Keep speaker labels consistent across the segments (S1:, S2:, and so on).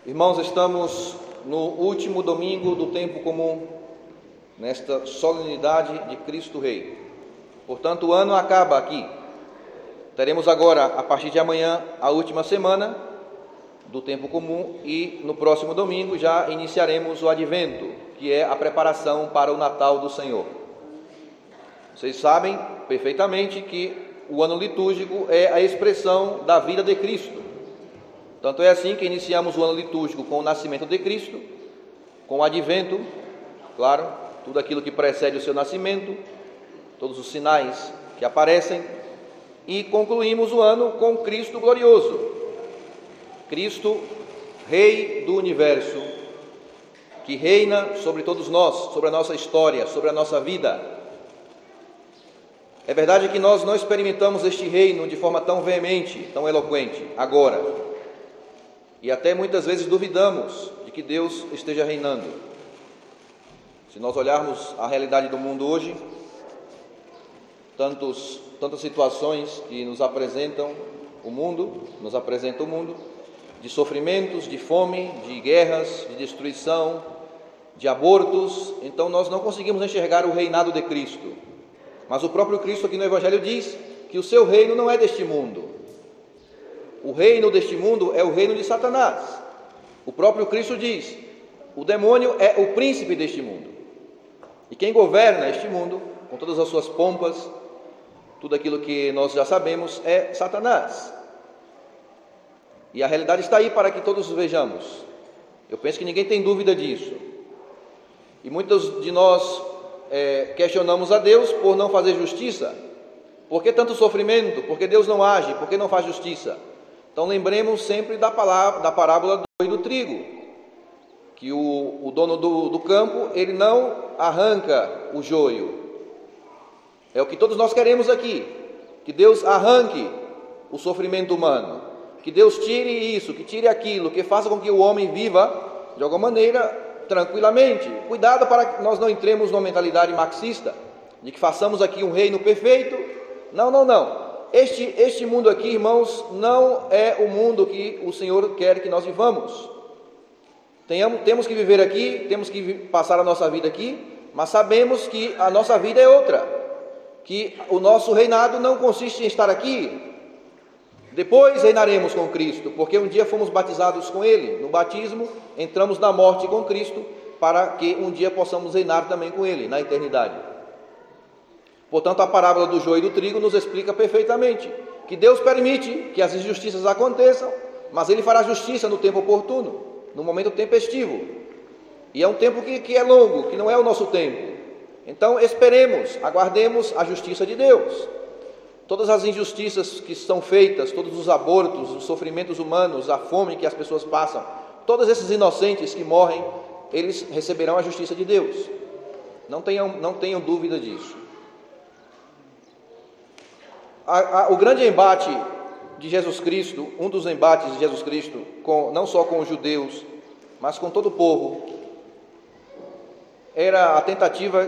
S1: Irmãos, estamos no último domingo do tempo comum, nesta solenidade de Cristo Rei. Portanto, o ano acaba aqui. Teremos agora, a partir de amanhã, a última semana do tempo comum e no próximo domingo já iniciaremos o Advento, que é a preparação para o Natal do Senhor. Vocês sabem perfeitamente que o ano litúrgico é a expressão da vida de Cristo. Tanto é assim que iniciamos o ano litúrgico com o nascimento de Cristo, com o Advento, claro, tudo aquilo que precede o seu nascimento, todos os sinais que aparecem, e concluímos o ano com Cristo glorioso, Cristo, Rei do Universo, que reina sobre todos nós, sobre a nossa história, sobre a nossa vida. É verdade que nós não experimentamos este reino de forma tão veemente, tão eloquente, agora. E até muitas vezes duvidamos de que Deus esteja reinando. Se nós olharmos a realidade do mundo hoje, tantas situações que nos apresentam o mundo, de sofrimentos, de fome, de guerras, de destruição, de abortos, então nós não conseguimos enxergar o reinado de Cristo. Mas o próprio Cristo aqui no Evangelho diz que o seu reino não é deste mundo. O reino deste mundo é o reino de Satanás. O próprio Cristo diz, o demônio é o príncipe deste mundo. E quem governa este mundo, com todas as suas pompas, tudo aquilo que nós já sabemos, é Satanás. E a realidade está aí para que todos vejamos. Eu penso que ninguém tem dúvida disso. E muitos de nós questionamos a Deus por não fazer justiça. Por que tanto sofrimento? Por que Deus não age? Por que não faz justiça? Então lembremos sempre da parábola do joio e do trigo, que o dono do campo, ele não arranca o joio. É o que todos nós queremos aqui, que Deus arranque o sofrimento humano, que Deus tire isso, que tire aquilo, que faça com que o homem viva, de alguma maneira, tranquilamente. Cuidado para que nós não entremos numa mentalidade marxista, de que façamos aqui um reino perfeito. Não. Este mundo aqui, irmãos, não é o mundo que o Senhor quer que nós vivamos. Temos que viver aqui, temos que passar a nossa vida aqui, mas sabemos que a nossa vida é outra, que o nosso reinado não consiste em estar aqui. Depois reinaremos com Cristo, porque um dia fomos batizados com Ele. No batismo, entramos na morte com Cristo, para que um dia possamos reinar também com Ele, na eternidade. Portanto, a parábola do joio e do trigo nos explica perfeitamente que Deus permite que as injustiças aconteçam, mas Ele fará justiça no tempo oportuno, no momento tempestivo. E é um tempo que é longo, que não é o nosso tempo. Então, esperemos, aguardemos a justiça de Deus. Todas as injustiças que são feitas, todos os abortos, os sofrimentos humanos, a fome que as pessoas passam, todos esses inocentes que morrem, eles receberão a justiça de Deus. Não tenham dúvida disso. O grande embate de Jesus Cristo, um dos embates de Jesus Cristo, não só com os judeus, mas com todo o povo, era a tentativa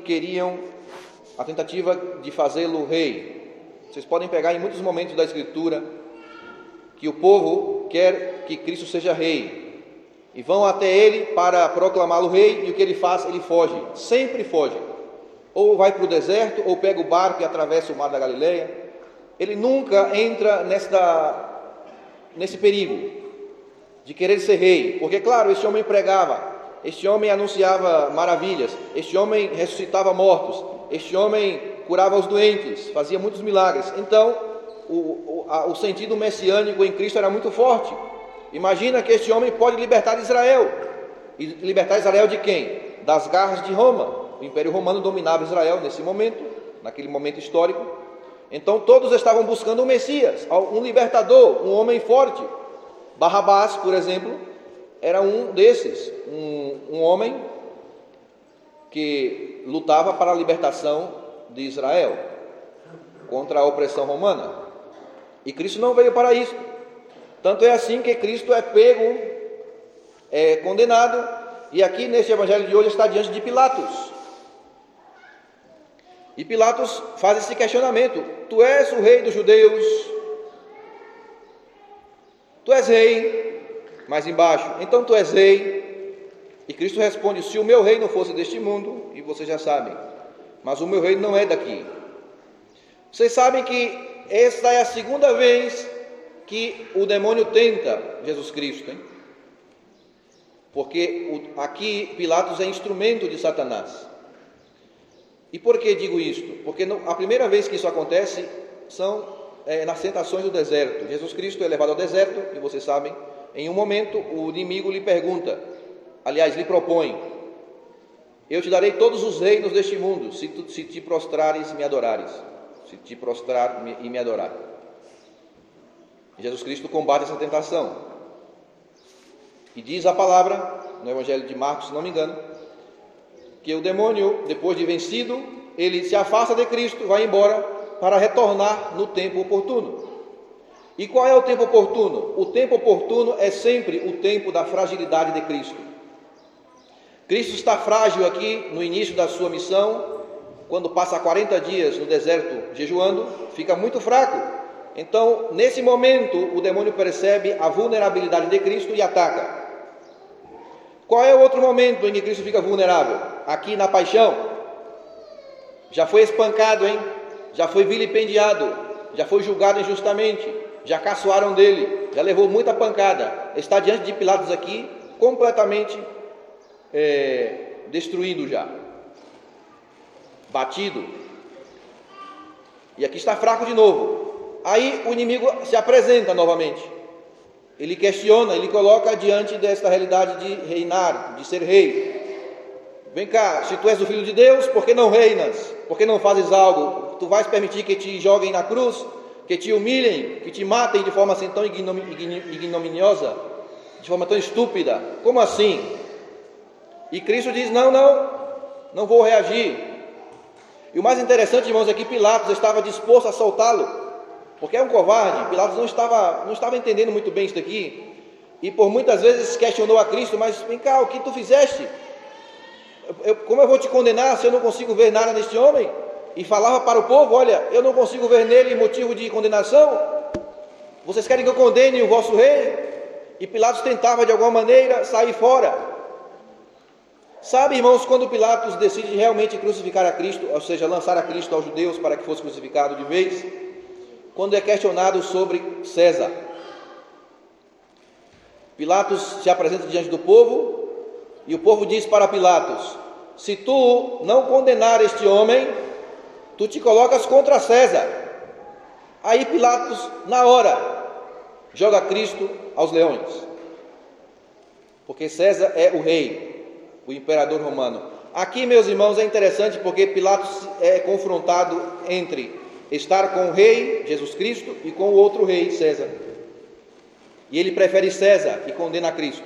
S1: de fazê-lo rei. Vocês podem pegar em muitos momentos da Escritura que o povo quer que Cristo seja rei, e vão até ele para proclamá-lo rei, e o que ele faz? Ele foge, sempre foge. Ou vai para o deserto, ou pega o barco e atravessa o mar da Galileia. Ele nunca entra nesse perigo de querer ser rei, porque claro, este homem pregava, este homem anunciava maravilhas, este homem ressuscitava mortos, este homem curava os doentes, fazia muitos milagres. Então o sentido messiânico em Cristo era muito forte. Imagina que este homem pode libertar Israel. E libertar Israel de quem? Das garras de Roma. O Império Romano dominava Israel naquele momento histórico. Então todos estavam buscando um Messias, um libertador, um homem forte. Barrabás, por exemplo, era um desses, um homem que lutava para a libertação de Israel contra a opressão romana. E Cristo não veio para isso. Tanto é assim que Cristo é pego, é condenado, e aqui neste evangelho de hoje está diante de Pilatos. E Pilatos faz esse questionamento: tu és o rei dos judeus? Tu és rei? mais embaixo: então tu és rei? E Cristo responde: se o meu reino não fosse deste mundo, e vocês já sabem, mas o meu reino não é daqui. Vocês sabem que esta é a segunda vez que o demônio tenta Jesus Cristo, hein? Porque aqui Pilatos é instrumento de Satanás. E por que digo isto? Porque a primeira vez que isso acontece são nas tentações do deserto. Jesus Cristo é levado ao deserto, e vocês sabem, em um momento o inimigo lhe pergunta, aliás, lhe propõe: eu te darei todos os reinos deste mundo, se te prostrares e me adorares. Se te prostrar e me adorar. Jesus Cristo combate essa tentação. E diz a palavra, no Evangelho de Marcos, se não me engano, que o demônio, depois de vencido, ele se afasta de Cristo, vai embora para retornar no tempo oportuno. E qual é o tempo oportuno? O tempo oportuno é sempre o tempo da fragilidade de Cristo. Cristo está frágil aqui no início da sua missão. Quando passa 40 dias no deserto jejuando, fica muito fraco. Então, nesse momento, o demônio percebe a vulnerabilidade de Cristo e ataca. Qual é o outro momento em que Cristo fica vulnerável? Aqui na paixão. Já foi espancado, hein? Já foi vilipendiado, já foi julgado injustamente, já caçoaram dele, já levou muita pancada. Está diante de Pilatos aqui, completamente destruído já. Batido, e aqui está fraco de novo. Aí o inimigo se apresenta novamente, ele questiona, ele coloca diante desta realidade de reinar, de ser rei. Vem cá, se tu és o Filho de Deus, por que não reinas? Por que não fazes algo? Tu vais permitir que te joguem na cruz, que te humilhem, que te matem de forma assim tão ignominiosa, de forma tão estúpida? Como assim? E Cristo diz: não vou reagir. E o mais interessante, irmãos, é que Pilatos estava disposto a soltá-lo, porque é um covarde. Pilatos não estava entendendo muito bem isso daqui, e por muitas vezes questionou a Cristo: mas vem cá, o que tu fizeste? Como eu vou te condenar se eu não consigo ver nada neste homem? E falava para o povo: olha, eu não consigo ver nele motivo de condenação. Vocês querem que eu condene o vosso rei? E Pilatos tentava de alguma maneira sair fora. Sabe, irmãos, quando Pilatos decide realmente crucificar a Cristo, ou seja, lançar a Cristo aos judeus para que fosse crucificado de vez, quando é questionado sobre César. Pilatos se apresenta diante do povo, e o povo diz para Pilatos: se tu não condenar este homem, tu te colocas contra César. Aí Pilatos, na hora, joga Cristo aos leões, porque César é o rei, o imperador romano. Aqui, meus irmãos, é interessante porque Pilatos é confrontado entre estar com o rei, Jesus Cristo, e com o outro rei, César. E ele prefere César e condena Cristo.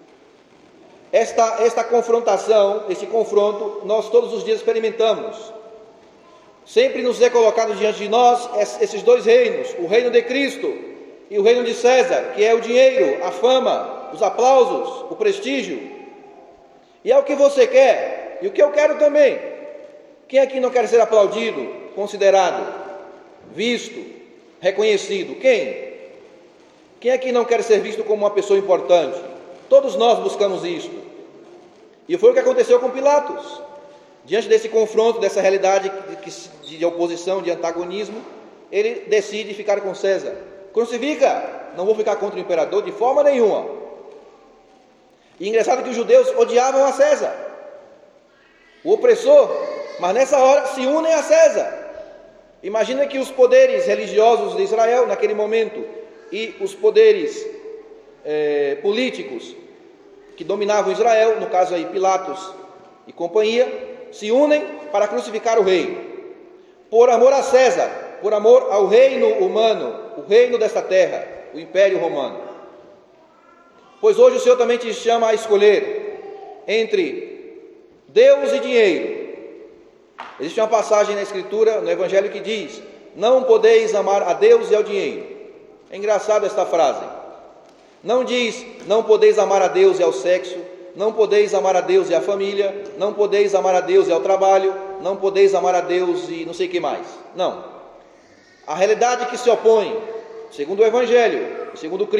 S1: Esta confrontação, esse confronto, nós todos os dias experimentamos. Sempre nos é colocado diante de nós esses dois reinos, o reino de Cristo e o reino de César, que é o dinheiro, a fama, os aplausos, o prestígio. E é o que você quer, e o que eu quero também. Quem aqui não quer ser aplaudido, considerado, visto, reconhecido? Quem? Quem aqui não quer ser visto como uma pessoa importante? Todos nós buscamos isto. E foi o que aconteceu com Pilatos. Diante desse confronto, dessa realidade de oposição, de antagonismo, ele decide ficar com César. Crucifica! Não vou ficar contra o imperador de forma nenhuma. E engraçado que os judeus odiavam a César, o opressor, mas nessa hora se unem a César. Imagina que os poderes religiosos de Israel naquele momento e os poderes políticos que dominavam Israel, no caso aí Pilatos e companhia, se unem para crucificar o rei, por amor a César, por amor ao reino humano, o reino desta terra, o Império Romano. Pois hoje o Senhor também te chama a escolher entre Deus e dinheiro. Existe uma passagem na Escritura, no Evangelho, que diz: não podeis amar a Deus e ao dinheiro. É engraçado esta frase. Não diz: não podeis amar a Deus e ao sexo, não podeis amar a Deus e à família, não podeis amar a Deus e ao trabalho, não podeis amar a Deus e não sei o que mais. Não. A realidade que se opõe, segundo o Evangelho, segundo Cristo,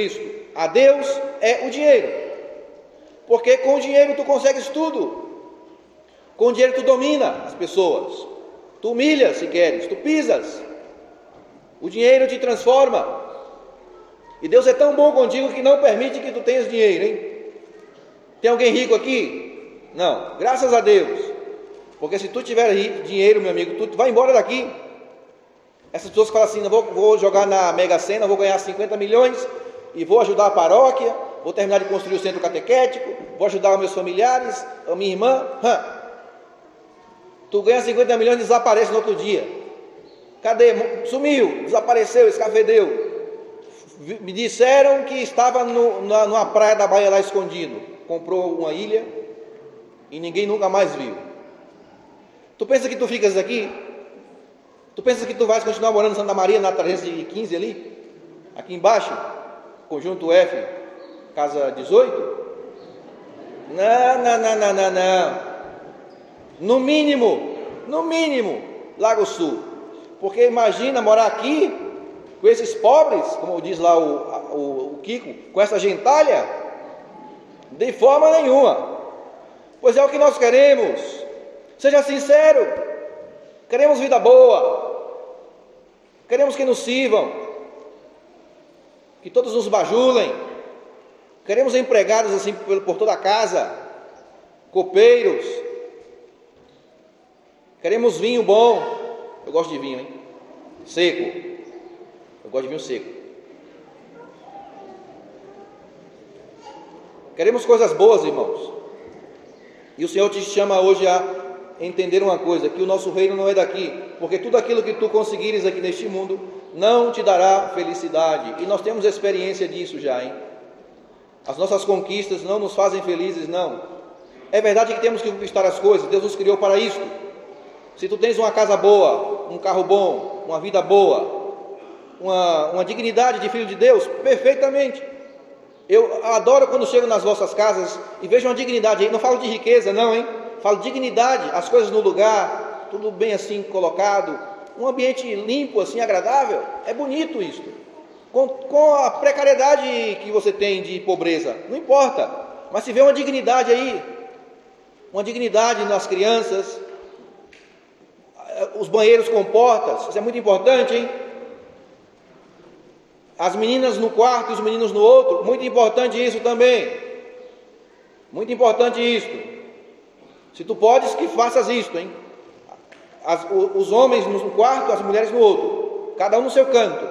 S1: a Deus é o dinheiro. Porque com o dinheiro tu consegues tudo. Com o dinheiro tu domina as pessoas. Tu humilhas se queres, tu pisas. O dinheiro te transforma. E Deus é tão bom contigo que não permite que tu tenhas dinheiro, hein? Tem alguém rico aqui? Não, graças a Deus. Porque se tu tiver dinheiro, meu amigo, tu vai embora daqui. Essas pessoas que falam assim, vou jogar na Mega Sena, vou ganhar 50 milhões e vou ajudar a paróquia, vou terminar de construir o centro catequético, vou ajudar os meus familiares, a minha irmã. Tu ganha 50 milhões e desaparece no outro dia. Cadê? Sumiu, desapareceu, escafedeu. Me disseram que estava numa praia da Bahia lá escondido. Comprou uma ilha e ninguém nunca mais viu. Tu pensa que tu ficas aqui? Tu pensa que tu vais continuar morando em Santa Maria, na 315 ali? Aqui embaixo? Conjunto F, casa 18? Não. No mínimo, Lago Sul. Porque imagina morar aqui com esses pobres, como diz lá o Kiko, com essa gentalha? De forma nenhuma. Pois é o que nós queremos. Seja sincero. Queremos vida boa. Queremos que nos sirvam. Que todos nos bajulem. Queremos empregados assim por toda a casa. Copeiros. Queremos vinho bom. Eu gosto de vinho, hein? Seco. Eu gosto de vinho seco. Queremos coisas boas, irmãos. E o Senhor te chama hoje a entender uma coisa, que o nosso reino não é daqui, porque tudo aquilo que tu conseguires aqui neste mundo não te dará felicidade. E nós temos experiência disso já, hein? As nossas conquistas não nos fazem felizes, não. É verdade que temos que conquistar as coisas, Deus nos criou para isso. Se tu tens uma casa boa, um carro bom, uma vida boa, uma dignidade de filho de Deus, perfeitamente. Eu adoro quando chego nas vossas casas e vejo uma dignidade aí. Não falo de riqueza não, hein? Falo de dignidade, as coisas no lugar, tudo bem assim colocado, um ambiente limpo assim, agradável. É bonito isso. Com a precariedade que você tem de pobreza, não importa. Mas se vê uma dignidade aí, uma dignidade nas crianças, os banheiros com portas, isso é muito importante, hein? As meninas no quarto e os meninos no outro, muito importante isso também. Muito importante isso. Se tu podes, que faças isso, hein? Os homens no quarto, as mulheres no outro, cada um no seu canto.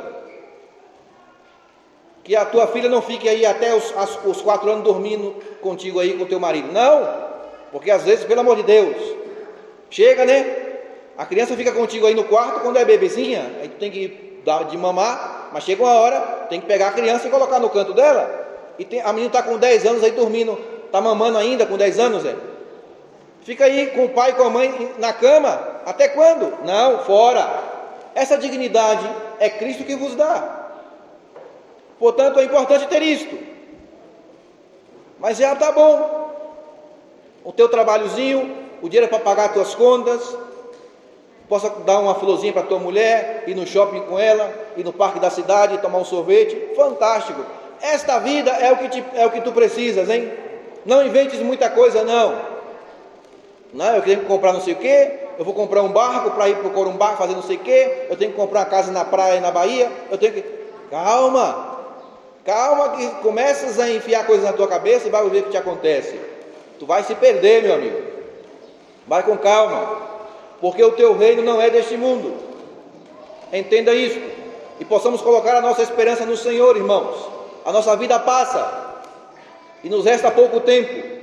S1: Que a tua filha não fique aí até os 4 anos dormindo contigo aí com teu marido. Não, porque às vezes, pelo amor de Deus, chega, né? A criança fica contigo aí no quarto quando é bebezinha, aí tu tem que dar de mamar, mas chega uma hora, tem que pegar a criança e colocar no canto dela. E a menina está com 10 anos aí dormindo, está mamando ainda com 10 anos, Fica aí com o pai e com a mãe na cama, até quando? Não, fora. Essa dignidade é Cristo que vos dá. Portanto, é importante ter isto. Mas já está bom. O teu trabalhozinho, o dinheiro para pagar as tuas contas, possa dar uma florzinha para tua mulher, ir no shopping com ela, ir no parque da cidade, tomar um sorvete, fantástico. Esta vida é o que tu precisas, hein? Não inventes muita coisa, não. Não, eu tenho que comprar não sei o que, eu vou comprar um barco para ir para o Corumbá fazer não sei o que, eu tenho que comprar uma casa na praia, na Bahia, eu tenho que... Calma que começas a enfiar coisas na tua cabeça e vai ver o que te acontece. Tu vai se perder, meu amigo. Vai com calma, porque o teu reino não é deste mundo. Entenda isso. E possamos colocar a nossa esperança no Senhor, irmãos. A nossa vida passa e nos resta pouco tempo.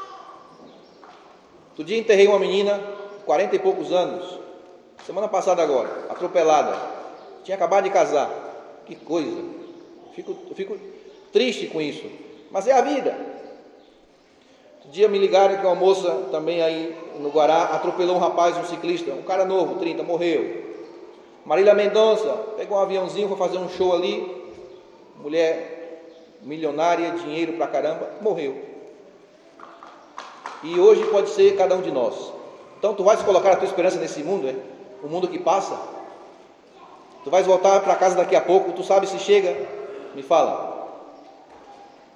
S1: Outro dia enterrei uma menina, 40 e poucos anos, semana passada agora, atropelada. Tinha acabado de casar. Que coisa. Eu fico triste com isso, mas é a vida. Um dia me ligaram que uma moça também aí no Guará atropelou um rapaz, um ciclista, um cara novo, 30, morreu. Marília Mendonça pegou um aviãozinho, foi fazer um show ali, mulher milionária, dinheiro pra caramba, morreu. E hoje pode ser cada um de nós. Então tu vais colocar a tua esperança nesse mundo, o mundo que passa. Tu vais voltar para casa daqui a pouco, tu sabe se chega? Me fala.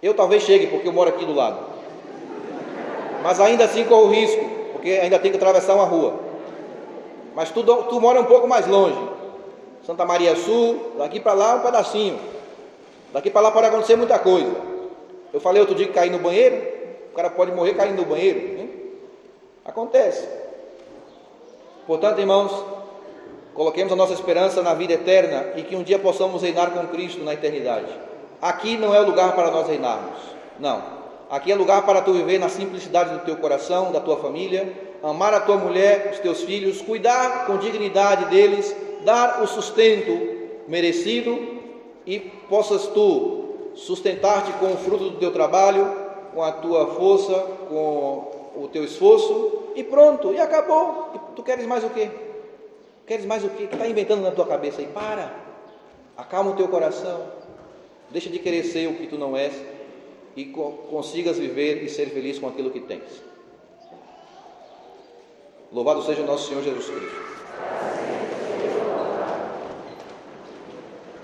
S1: Eu talvez chegue, porque eu moro aqui do lado. Mas ainda assim corro risco, porque ainda tenho que atravessar uma rua. Mas tu mora um pouco mais longe. Santa Maria Sul, daqui para lá um pedacinho. Daqui para lá pode acontecer muita coisa. Eu falei outro dia que caí no banheiro. O cara pode morrer caindo no banheiro, hein? Acontece. Portanto, irmãos, coloquemos a nossa esperança na vida eterna e que um dia possamos reinar com Cristo na eternidade. Aqui não é o lugar para nós reinarmos, não. Aqui é lugar para tu viver na simplicidade do teu coração, da tua família, amar a tua mulher, os teus filhos, cuidar com dignidade deles, dar o sustento merecido e possas tu sustentar-te com o fruto do teu trabalho, com a tua força, com o teu esforço e pronto, e acabou. E tu queres mais o quê? Queres mais o quê? O que está inventando na tua cabeça aí? Para, acalma o teu coração, deixa de querer ser o que tu não és e consigas viver e ser feliz com aquilo que tens. Louvado seja o nosso Senhor Jesus Cristo.